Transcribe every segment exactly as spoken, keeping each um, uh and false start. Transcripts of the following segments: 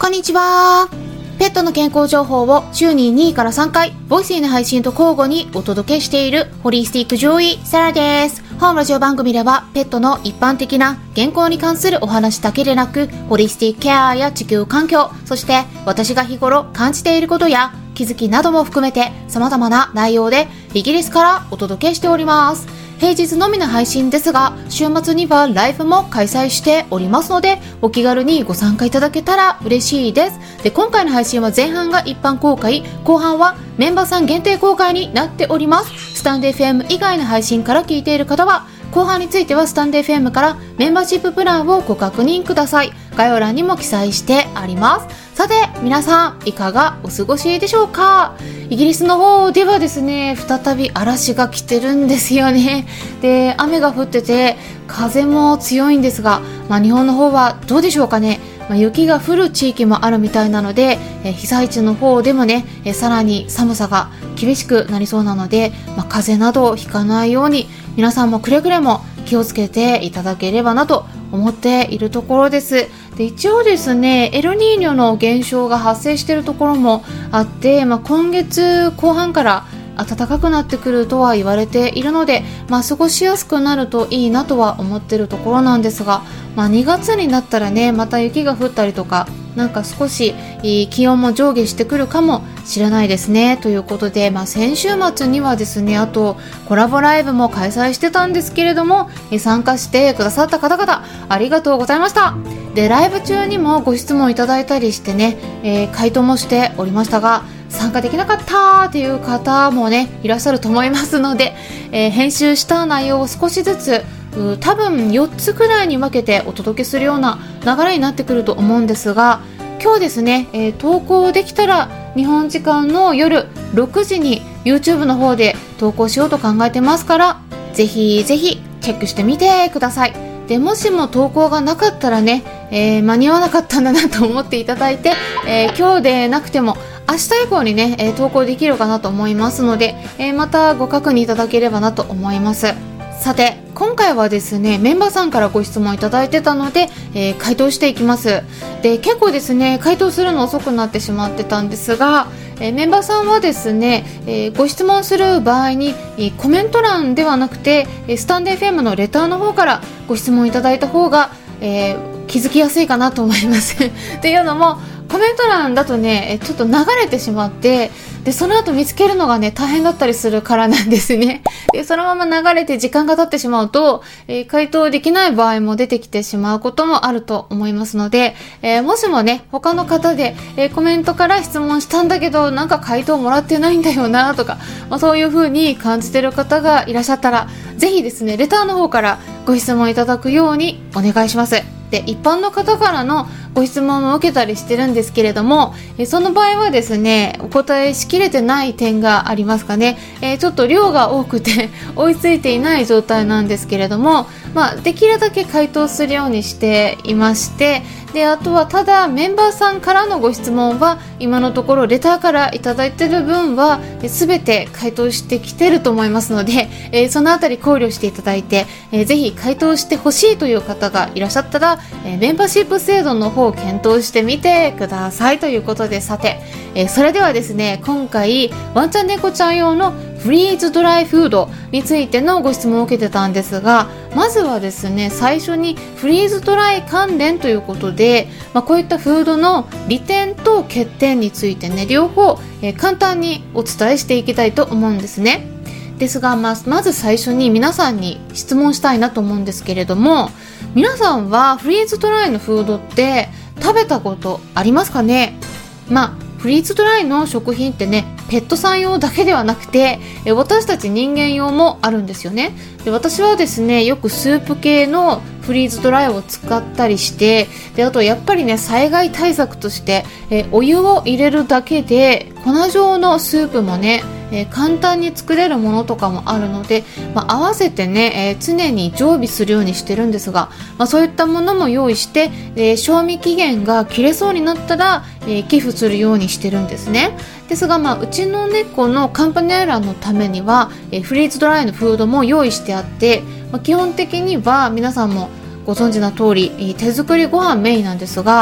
こんにちは。ペットの健康情報を週ににからさんかい、ボイスへの配信と交互にお届けしているホリスティック獣医サラです。本ラジオ番組ではペットの一般的な健康に関するお話だけでなく、ホリスティックケアや地球環境、そして私が日頃感じていることや気づきなども含めて様々な内容でイギリスからお届けしております。平日のみの配信ですが、週末にはライブも開催しておりますので、お気軽にご参加いただけたら嬉しいです。で、今回の配信は前半が一般公開、後半はメンバーさん限定公開になっております。スタンド エフエム 以外の配信から聞いている方は、後半についてはスタンド エフエム からメンバーシッププランをご確認ください。概要欄にも記載してあります。さて皆さんいかがお過ごしでしょうか。イギリスの方ではですね、再び嵐が来てるんですよね。で、雨が降ってて風も強いんですが、まあ、日本の方はどうでしょうかね。まあ、雪が降る地域もあるみたいなので、え被災地の方でもね、えさらに寒さが厳しくなりそうなので、まあ、風邪などをひかないように皆さんもくれぐれも気をつけていただければなと思っているところです。で、一応ですね、エルニーニョの現象が発生しているところもあって、まあ、今月後半から暖かくなってくるとは言われているので、まあ、過ごしやすくなるといいなとは思っているところなんですが、まあ、にがつになったらね、また雪が降ったりとか、なんか少し気温も上下してくるかもしれないですね。ということで、まあ、先週末にはですね、あとコラボライブも開催してたんですけれども、参加してくださった方々ありがとうございました。で、ライブ中にもご質問いただいたりしてね、えー、回答もしておりましたが、参加できなかったという方もねいらっしゃると思いますので、えー、編集した内容を少しずつ多分よっつくらいに分けてお届けするような流れになってくると思うんですが、今日ですね、えー、投稿できたら日本時間の夜ろくじに YouTube の方で投稿しようと考えてますから、ぜひぜひチェックしてみてください。で、もしも投稿がなかったらね、えー、間に合わなかったんだなと思っていただいて、えー、今日でなくても明日以降にね、えー、投稿できるかなと思いますので、えー、またご確認いただければなと思います。さて、今回はですね、メンバーさんからご質問いただいてたので、えー、回答していきます。で、結構ですね、回答するの遅くなってしまってたんですが、えー、メンバーさんはですね、えー、ご質問する場合に、えー、コメント欄ではなくて、スタンド エフエム のレターの方からご質問いただいた方が、えー、気づきやすいかなと思いますというのも、コメント欄だとねちょっと流れてしまって、でその後見つけるのがね大変だったりするからなんですね。でそのまま流れて時間が経ってしまうと、えー、回答できない場合も出てきてしまうこともあると思いますので、えー、もしもね他の方で、えー、コメントから質問したんだけどなんか回答もらってないんだよなとか、まあ、そういう風に感じてる方がいらっしゃったら、ぜひですねレターの方からご質問いただくようにお願いします。で、一般の方からのご質問も受けたりしてるんですけれども、えその場合はですねお答えしきれてない点がありますかね。えー、ちょっと量が多くて追いついていない状態なんですけれども、まあ、できるだけ回答するようにしていまして、であとはただメンバーさんからのご質問は今のところレターからいただいている分はすべて回答してきてると思いますので、えー、そのあたり考慮していただいて、えー、ぜひ回答してほしいという方がいらっしゃったら、えー、メンバーシップ制度の方を検討してみてくださいということで、さて、えー、それではですね、今回ワンちゃん猫ちゃん用のフリーズドライフードについてのご質問を受けてたんですが、まずはですね最初にフリーズドライ関連ということで、まあ、こういったフードの利点と欠点についてね両方、えー、簡単にお伝えしていきたいと思うんですね。ですが、まあ、まず最初に皆さんに質問したいなと思うんですけれども、皆さんはフリーズドライのフードって食べたことありますかね。まあフリーズドライの食品ってねペットさん用だけではなくて私たち人間用もあるんですよね。で私はですねよくスープ系のフリーズドライを使ったりして、であとやっぱりね災害対策としてえお湯を入れるだけで粉状のスープもねえ簡単に作れるものとかもあるので、まあ、合わせてね、えー、常に常備するようにしてるんですが、まあ、そういったものも用意して、えー、賞味期限が切れそうになったら、えー、寄付するようにしてるんですね。ですが、まあ、うちの猫のカンパネラのためには、えー、フリーズドライのフードも用意してあって、まあ、基本的には皆さんもご存知の通り手作りご飯メインなんですが、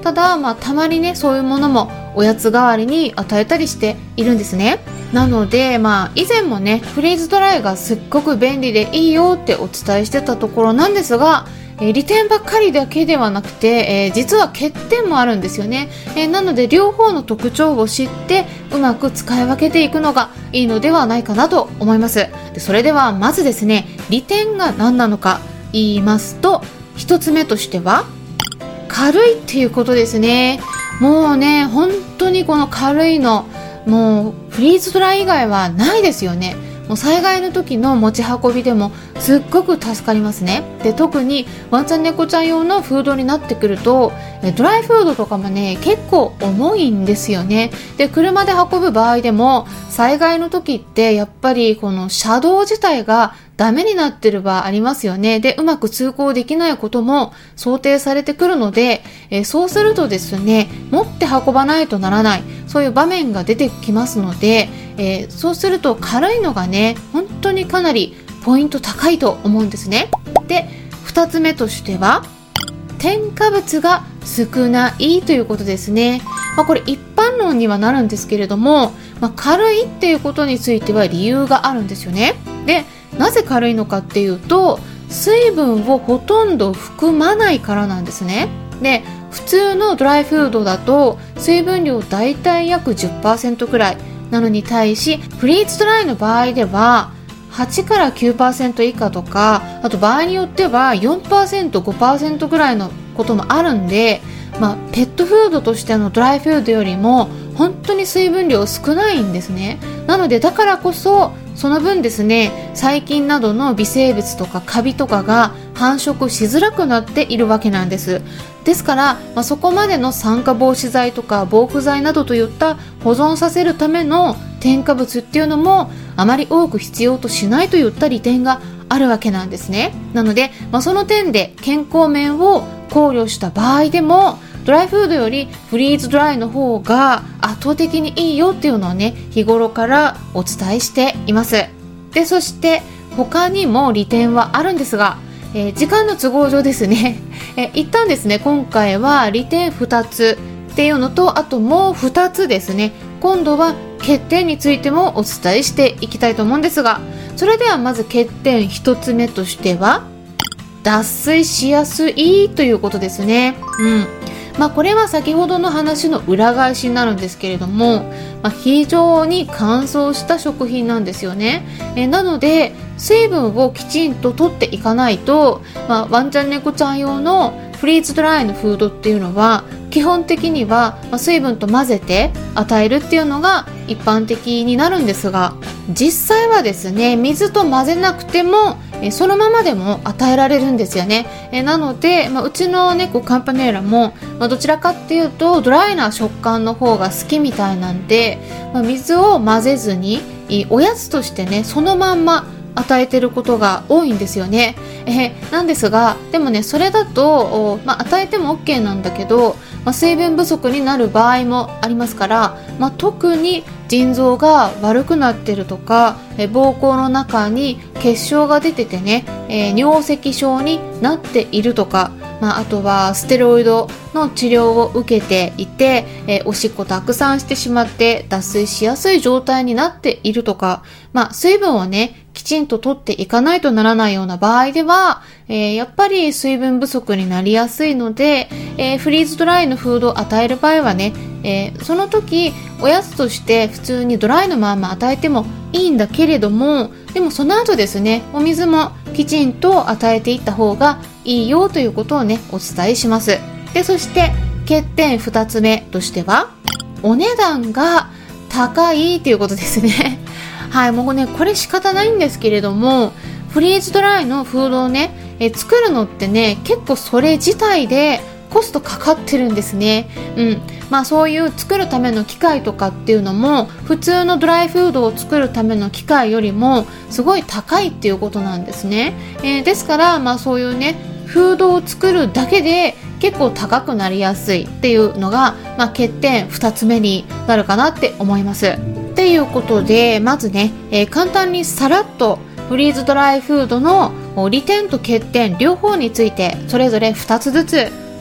ただ、まあ、たまにねそういうものもおやつ代わりに与えたりしているんですね。なので、まあ、以前もねフリーズドライがすっごく便利でいいよってお伝えしてたところなんですが、えー、利点ばっかりだけではなくて、えー、実は欠点もあるんですよね。えー、なので両方の特徴を知ってうまく使い分けていくのがいいのではないかなと思います。でそれではまずですね、利点が何なのか言いますと、一つ目としては軽いっていうことですね。もうね本当にこの軽いのもうフリーズドライ以外はないですよね。もう災害の時の持ち運びでもすっごく助かりますね。で特にワンちゃん猫ちゃん用のフードになってくるとドライフードとかもね結構重いんですよね。で車で運ぶ場合でも災害の時ってやっぱりこの車道自体がダメになってる場合ありますよね。でうまく通行できないことも想定されてくるので、えー、そうするとですね持って運ばないとならないそういう場面が出てきますので、えー、そうすると軽いのがね本当にかなりポイント高いと思うんですね。でふたつめとしては添加物が少ないということですね。まあ、これ一般論にはなるんですけれども、まあ、軽いっていうことについては理由があるんですよね。でなぜ軽いのかっていうと水分をほとんど含まないからなんですね。で普通のドライフードだと水分量だいたい約 じゅっパーセント くらいなのに対し、フリーズドライの場合でははちから きゅうパーセント 以下とか、あと場合によっては よんパーセント、ごパーセント ぐらいのこともあるんで、まあ、ペットフードとしてのドライフードよりも本当に水分量少ないんですね。なのでだからこそその分ですね、細菌などの微生物とかカビとかが繁殖しづらくなっているわけなんです。ですから、まあ、そこまでの酸化防止剤とか防腐剤などといった保存させるための添加物っていうのもあまり多く必要としないといった利点があるわけなんですね。なので、まあ、その点で健康面を考慮した場合でもドライフードよりフリーズドライの方が圧倒的にいいよっていうのをね、日頃からお伝えしています。で、そして他にも利点はあるんですが、えー、時間の都合上ですね、えー、一旦ですね今回は利点ふたつっていうのと、あともうふたつですね、今度は欠点についてもお伝えしていきたいと思うんですが、それではまず欠点ひとつめとしては脱水しやすいということですね。うんまあ、これは先ほどの話の裏返しになるんですけれども、まあ、非常に乾燥した食品なんですよね。えなので水分をきちんと取っていかないと、まあ、ワンちゃん猫ちゃん用のフリーズドライのフードっていうのは基本的には水分と混ぜて与えるっていうのが一般的になるんですが、実際はですね水と混ぜなくてもそのままでも与えられるんですよね。えなので、まあ、うちの猫カンパネーラも、まあ、どちらかっていうとドライな食感の方が好きみたいなんで、まあ、水を混ぜずにおやつとしてねそのまんま与えてることが多いんですよね。えなんですがでもねそれだと、まあ、与えても OK なんだけど、まあ、水分不足になる場合もありますから、まあ、特に腎臓が悪くなってるとかえ膀胱の中に結晶が出ててね、えー、尿石症になっているとか、まあ、あとはステロイドの治療を受けていて、えー、おしっこたくさんしてしまって脱水しやすい状態になっているとか、まあ、水分をねきちんと取っていかないとならないような場合では、えー、やっぱり水分不足になりやすいので、えー、フリーズドライのフードを与える場合はね、えー、その時おやつとして普通にドライのまま与えてもいいんだけれども、でもその後ですねお水もきちんと与えていった方がいいよということをねお伝えします。でそして欠点ふたつめとしてはお値段が高いということですね。はい、もうねこれ仕方ないんですけれども、フリーズドライのフードをねえ作るのってね結構それ自体でコストかかってるんですね。うんまあ、そういう作るための機械とかっていうのも普通のドライフードを作るための機械よりもすごい高いっていうことなんですね。えー、ですから、まあ、そういうねフードを作るだけで結構高くなりやすいっていうのが、まあ、欠点ふたつめになるかなって思います。っていうことでまずね、えー、簡単にさらっとフリーズドライフードの利点と欠点両方についてそれぞれふたつずつ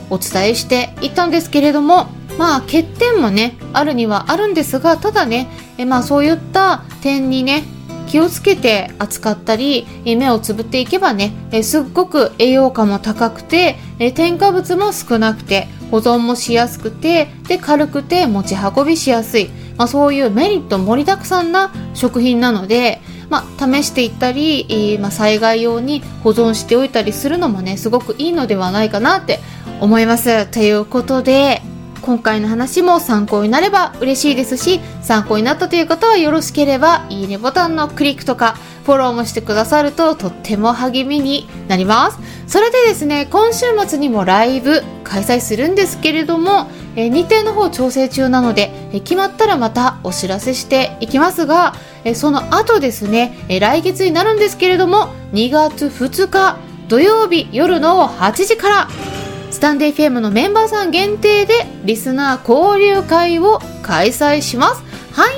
お伝えしていったんですけれども、まあ欠点もねあるにはあるんですが、ただねえまあそういった点にね気をつけて扱ったり目をつぶっていけばねえすっごく栄養価も高くてえ添加物も少なくて保存もしやすくてで軽くて持ち運びしやすい、まあ、そういうメリット盛りだくさんな食品なので、まあ、試していったり、えーまあ、災害用に保存しておいたりするのもねすごくいいのではないかなって思います。ということで今回の話も参考になれば嬉しいですし、参考になったという方はよろしければいいねボタンのクリックとかフォローもしてくださるととっても励みになります。それでですね、今週末にもライブ開催するんですけれども、えー、日程の方調整中なので、えー、決まったらまたお知らせしていきますが、えー、その後ですね、えー、来月になるんですけれどもにがつふつか土曜日夜のはちじからスタンデー エフエム のメンバーさん限定でリスナー交流会を開催します。はい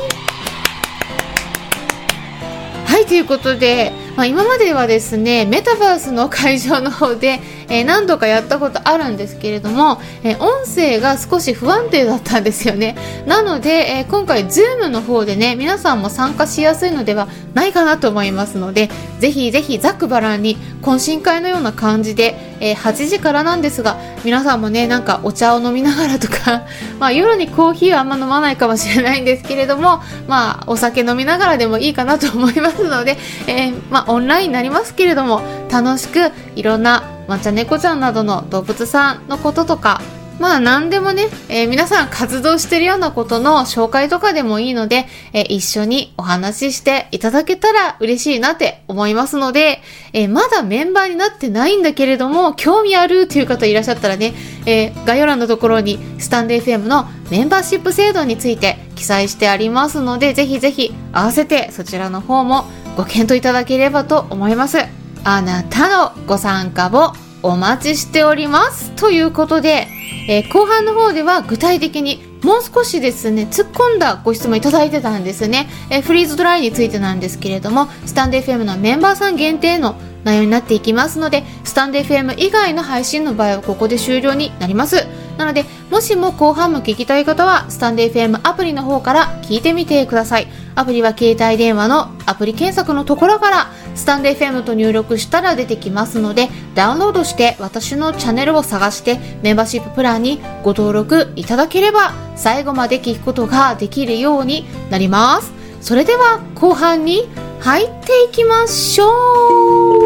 はいということで、まあ、今まではですねメタバースの会場の方で、えー、何度かやったことあるんですけれども、えー、音声が少し不安定だったんですよね。なので、えー、今回 Zoom の方でね皆さんも参加しやすいのではないかなと思いますので、ぜひぜひざっくばらんに懇親会のような感じで、えー、はちじからなんですが、皆さんもねなんかお茶を飲みながらとかまあ夜にコーヒーはあんま飲まないかもしれないんですけれども、まあお酒飲みながらでもいいかなと思いますので、えー、まあオンラインになりますけれども楽しくいろんなワンちゃん猫ちゃんなどの動物さんのこととか、まあ何でもね、えー、皆さん活動してるようなことの紹介とかでもいいので、えー、一緒にお話ししていただけたら嬉しいなって思いますので、えー、まだメンバーになってないんだけれども興味あるという方いらっしゃったらね、えー、概要欄のところにスタンデー エフエム のメンバーシップ制度について記載してありますので、ぜひぜひ合わせてそちらの方もご検討いただければと思います。あなたのご参加をお待ちしておりますということで、えー、後半の方では具体的にもう少しですね突っ込んだご質問いただいてたんですね。えー、フリーズドライについてなんですけれども、スタンド エフエム のメンバーさん限定の内容になっていきますので、スタンド エフエム 以外の配信の場合はここで終了になります。なのでもしも後半も聞きたい方はスタンド エフエム アプリの方から聞いてみてください。アプリは携帯電話のアプリ検索のところからスタンド エフエム と入力したら出てきますので、ダウンロードして私のチャンネルを探してメンバーシッププランにご登録いただければ最後まで聞くことができるようになります。それでは後半に入っていきましょう。